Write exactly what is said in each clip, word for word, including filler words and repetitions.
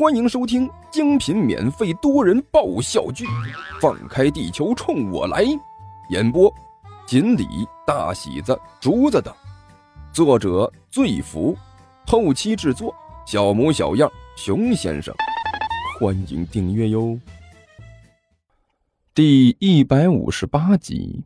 欢迎收听精品免费多人爆笑剧《放开地球冲我来》，演播锦鲤、大喜子、竹子等，作者醉福，后期制作小模小样、熊先生。欢迎订阅哟。第一百五十八集。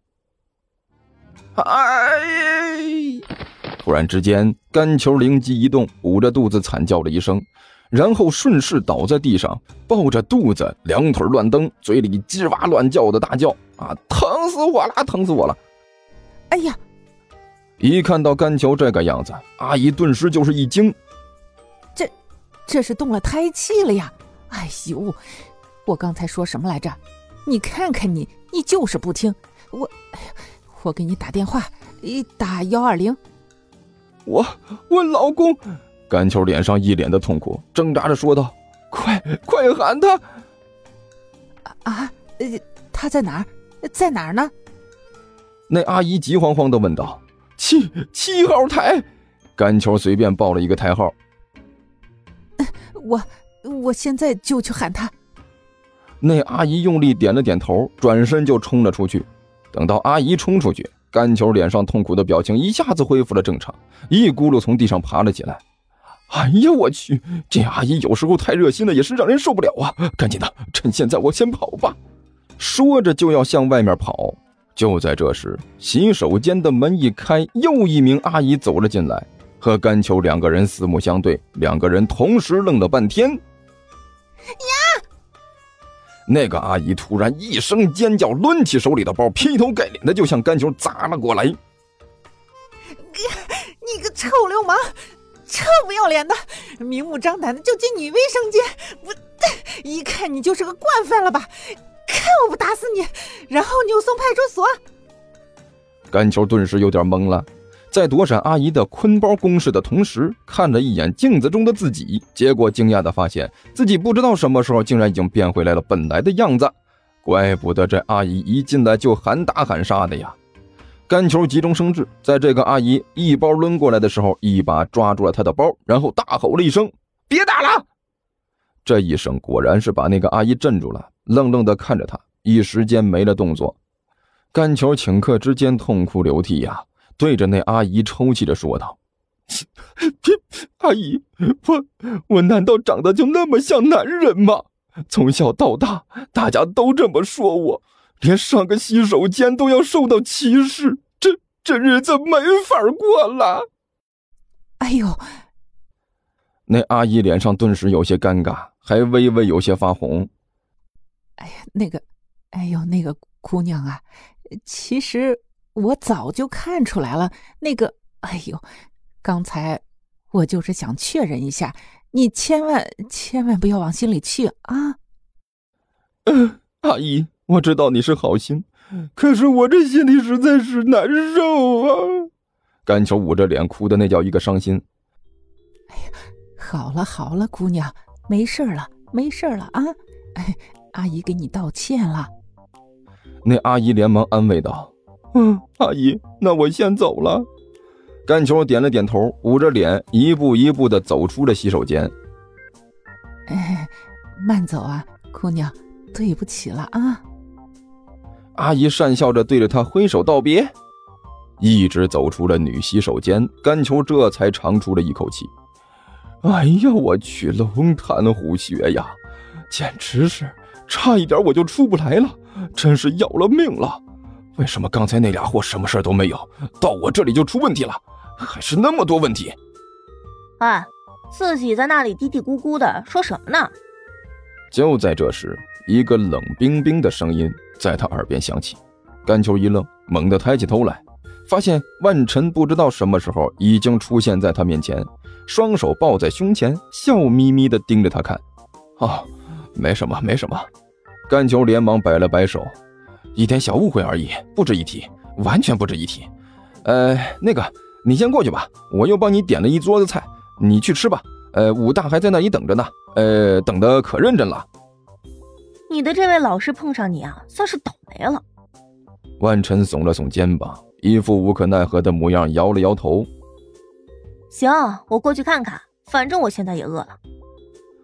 哎！突然之间，甘球灵机一动，捂着肚子惨叫了一声，然后顺势倒在地上，抱着肚子，两腿乱蹬，嘴里叽哇乱叫的大叫：“啊，疼死我了，疼死我了！” 哎呀！ 一看到甘球这个样子，阿姨顿时就是一惊：“ 这，这是动了胎气了呀！哎呦，我刚才说什么来着？你看看你，你就是不听我，我给你打电话，打一二零。 我我老公。”甘球脸上一脸的痛苦，挣扎着说道：“快快喊他！” 啊，呃，他在哪儿？在哪儿呢？ 那阿姨急慌慌地问道。七七号台。甘球随便报了一个台号。 我我现在就去喊他。 那阿姨用力点了点头，转身就冲了出去。等到阿姨冲出去，甘球脸上痛苦的表情一下子恢复了正常，一咕噜从地上爬了起来。哎呀，我去！这阿姨有时候太热心了，也是让人受不了啊！赶紧的，趁现在我先跑吧。说着就要向外面跑。就在这时，洗手间的门一开，又一名阿姨走了进来，和甘球两个人四目相对，两个人同时愣了半天。 呀！ 那个阿姨突然一声尖叫，抡起手里的包，劈头盖脸的就向甘球砸了过来。 你个臭流氓！臭不要脸的，明目张胆的就进女卫生间，我一看你就是个惯犯了吧？看我不打死你，然后扭送派出所。 甘球顿时有点懵了，在躲闪阿姨的坤包攻势的同时，看了一眼镜子中的自己，结果惊讶地发现自己不知道什么时候竟然已经变回来了本来的样子，怪不得这阿姨一进来就喊打喊杀的呀。甘球急中生智，在这个阿姨一包抡过来的时候，一把抓住了她的包，然后大吼了一声：“别打了！”这一声果然是把那个阿姨镇住了，愣愣地看着她，一时间没了动作。甘球顷刻之间痛哭流涕呀，对着那阿姨抽泣着说道：“阿姨，我我难道长得就那么像男人吗？从小到大，大家都这么说我。连上个洗手间都要受到歧视，这这日子没法过了。” 哎呦！ 那阿姨脸上顿时有些尴尬，还微微有些发红。 哎呀，那个，哎呦，那个姑娘啊，其实我早就看出来了。那个，哎呦，刚才我就是想确认一下，你千万千万不要往心里去啊。 嗯，阿姨。我知道你是好心，可是我这心里实在是难受啊！甘球捂着脸哭的那叫一个伤心。 哎呀，好了好了，姑娘，没事了，没事了啊！哎，阿姨给你道歉了。 那阿姨连忙安慰道：“嗯，阿姨，那我先走了。”甘球点了点头，捂着脸，一步一步地走出了洗手间。 哎，慢走啊，姑娘，对不起了啊！ 阿姨讪笑着对着他挥手道别，一直走出了女洗手间，甘球这才长出了一口气。哎呀，我去，龙潭虎穴呀，简直是差一点我就出不来了，真是要了命了。为什么刚才那俩货什么事都没有，到我这里就出问题了，还是那么多问题？ 哎，自己在那里嘀嘀咕咕的说什么呢？ 就在这时，一个冷冰冰的声音在他耳边响起。甘球一愣，猛地抬起头来，发现万晨不知道什么时候已经出现在他面前，双手抱在胸前，笑眯眯地盯着他看。哦，没什么没什么。甘球连忙摆了摆手，一点小误会而已，不值一提，完全不值一提。呃，那个你先过去吧，我又帮你点了一桌子菜，你去吃吧。呃，武大还在那里等着呢，呃，等得可认真了。 你的这位老师碰上你啊，算是倒霉了。 万晨耸了耸肩膀，一副无可奈何的模样，摇了摇头。 行，我过去看看，反正我现在也饿了。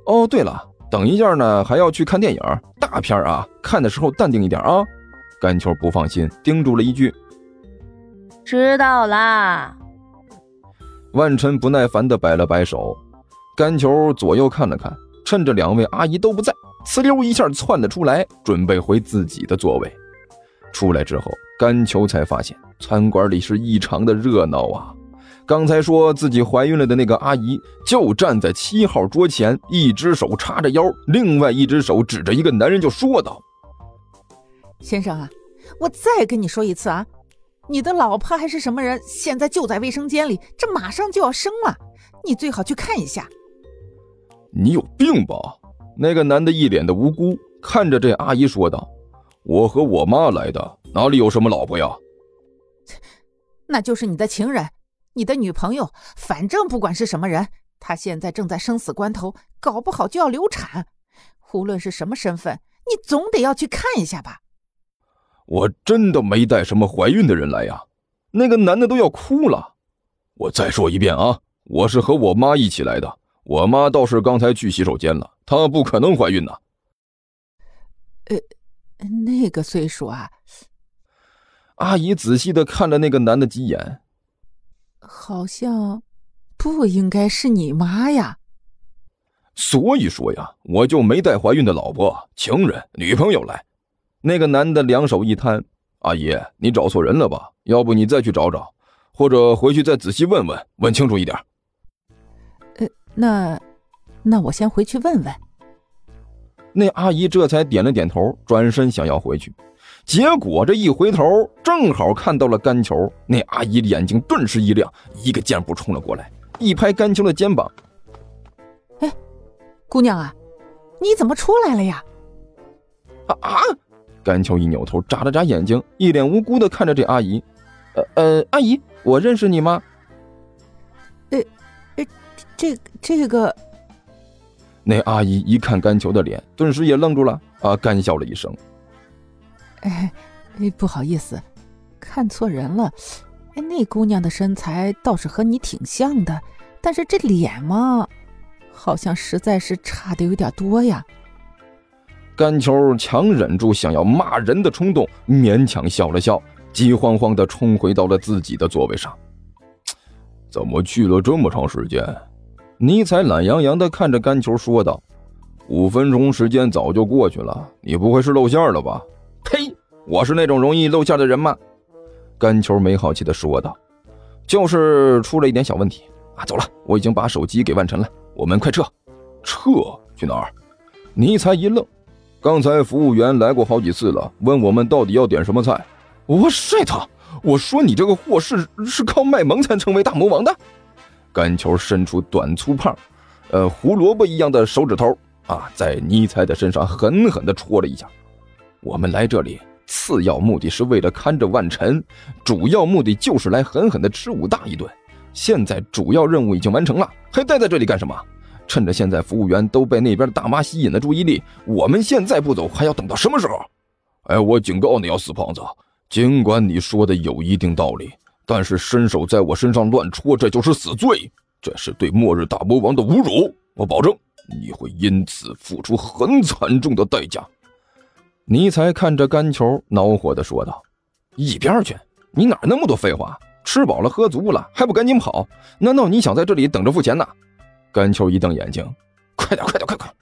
哦，对了，等一下呢还要去看电影，大片啊，看的时候淡定一点啊。甘球不放心，叮嘱了一句。 知道啦。 万晨不耐烦地摆了摆手，甘球左右看了看，趁着两位阿姨都不在，呲溜一下窜了出来，准备回自己的座位。出来之后，甘球才发现餐馆里是异常的热闹啊。刚才说自己怀孕了的那个阿姨就站在七号桌前，一只手叉着腰，另外一只手指着一个男人就说道： 先生啊，我再跟你说一次啊，你的老婆还是什么人，现在就在卫生间里，这马上就要生了，你最好去看一下。 你有病吧？那个男的一脸的无辜，看着这阿姨说道：我和我妈来的，哪里有什么老婆呀？ 那就是你的情人，你的女朋友，反正不管是什么人，她现在正在生死关头，搞不好就要流产。无论是什么身份，你总得要去看一下吧。 我真的没带什么怀孕的人来呀。那个男的都要哭了。我再说一遍啊，我是和我妈一起来的，我妈倒是刚才去洗手间了，她不可能怀孕呢。 呃，那个岁数啊。 阿姨仔细地看了那个男的几眼， 好像不应该是你妈呀。 所以说呀，我就没带怀孕的老婆、情人、女朋友来。那个男的两手一摊，阿姨，你找错人了吧？要不你再去找找，或者回去再仔细问问，问清楚一点。 呃，那那我先回去问问。 那阿姨这才点了点头，转身想要回去。结果这一回头，正好看到了甘球，那阿姨眼睛顿时一亮，一个箭步冲了过来，一拍甘球的肩膀： 哎，姑娘啊，你怎么出来了呀？ 啊啊！甘球一扭头，眨了眨眼睛，一脸无辜地看着这阿姨。呃呃，阿姨，我认识你吗？ 呃呃，这这个…… 那阿姨一看甘球的脸，顿时也愣住了，啊，干笑了一声。 哎，不好意思，看错人了。哎，那姑娘的身材倒是和你挺像的，但是这脸嘛，好像实在是差的有点多呀。 甘球强忍住想要骂人的冲动，勉强笑了笑，急慌慌地冲回到了自己的座位上。怎么去了这么长时间？尼采懒洋洋地看着甘球说道：五分钟时间早就过去了，你不会是露馅了吧？呸，我是那种容易露馅的人吗？甘球没好气地说道：就是出了一点小问题啊。走了，我已经把手机给万晨了，我们快撤。撤？去哪儿？尼采一愣，刚才服务员来过好几次了，问我们到底要点什么菜。我晒他！我说你这个货是是靠卖萌才成为大魔王的。甘球伸出短粗胖，呃胡萝卜一样的手指头啊，在尼采的身上狠狠地戳了一下。我们来这里次要目的是为了看着万晨，主要目的就是来狠狠地吃武大一顿。现在主要任务已经完成了，还待在这里干什么？趁着现在服务员都被那边的大妈吸引了注意力，我们现在不走还要等到什么时候？哎，我警告你啊，死胖子，尽管你说的有一定道理，但是伸手在我身上乱戳，这就是死罪，这是对末日大魔王的侮辱，我保证你会因此付出很惨重的代价。尼采看着甘球恼火地说道：一边去，你哪那么多废话？吃饱了喝足了还不赶紧跑？难道你想在这里等着付钱呢？甘球一瞪眼睛，快点快点快快！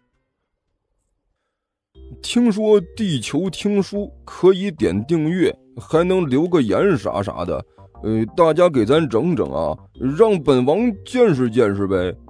听说地球听书可以点订阅，还能留个言啥啥的，呃，大家给咱整整啊，让本王见识见识呗。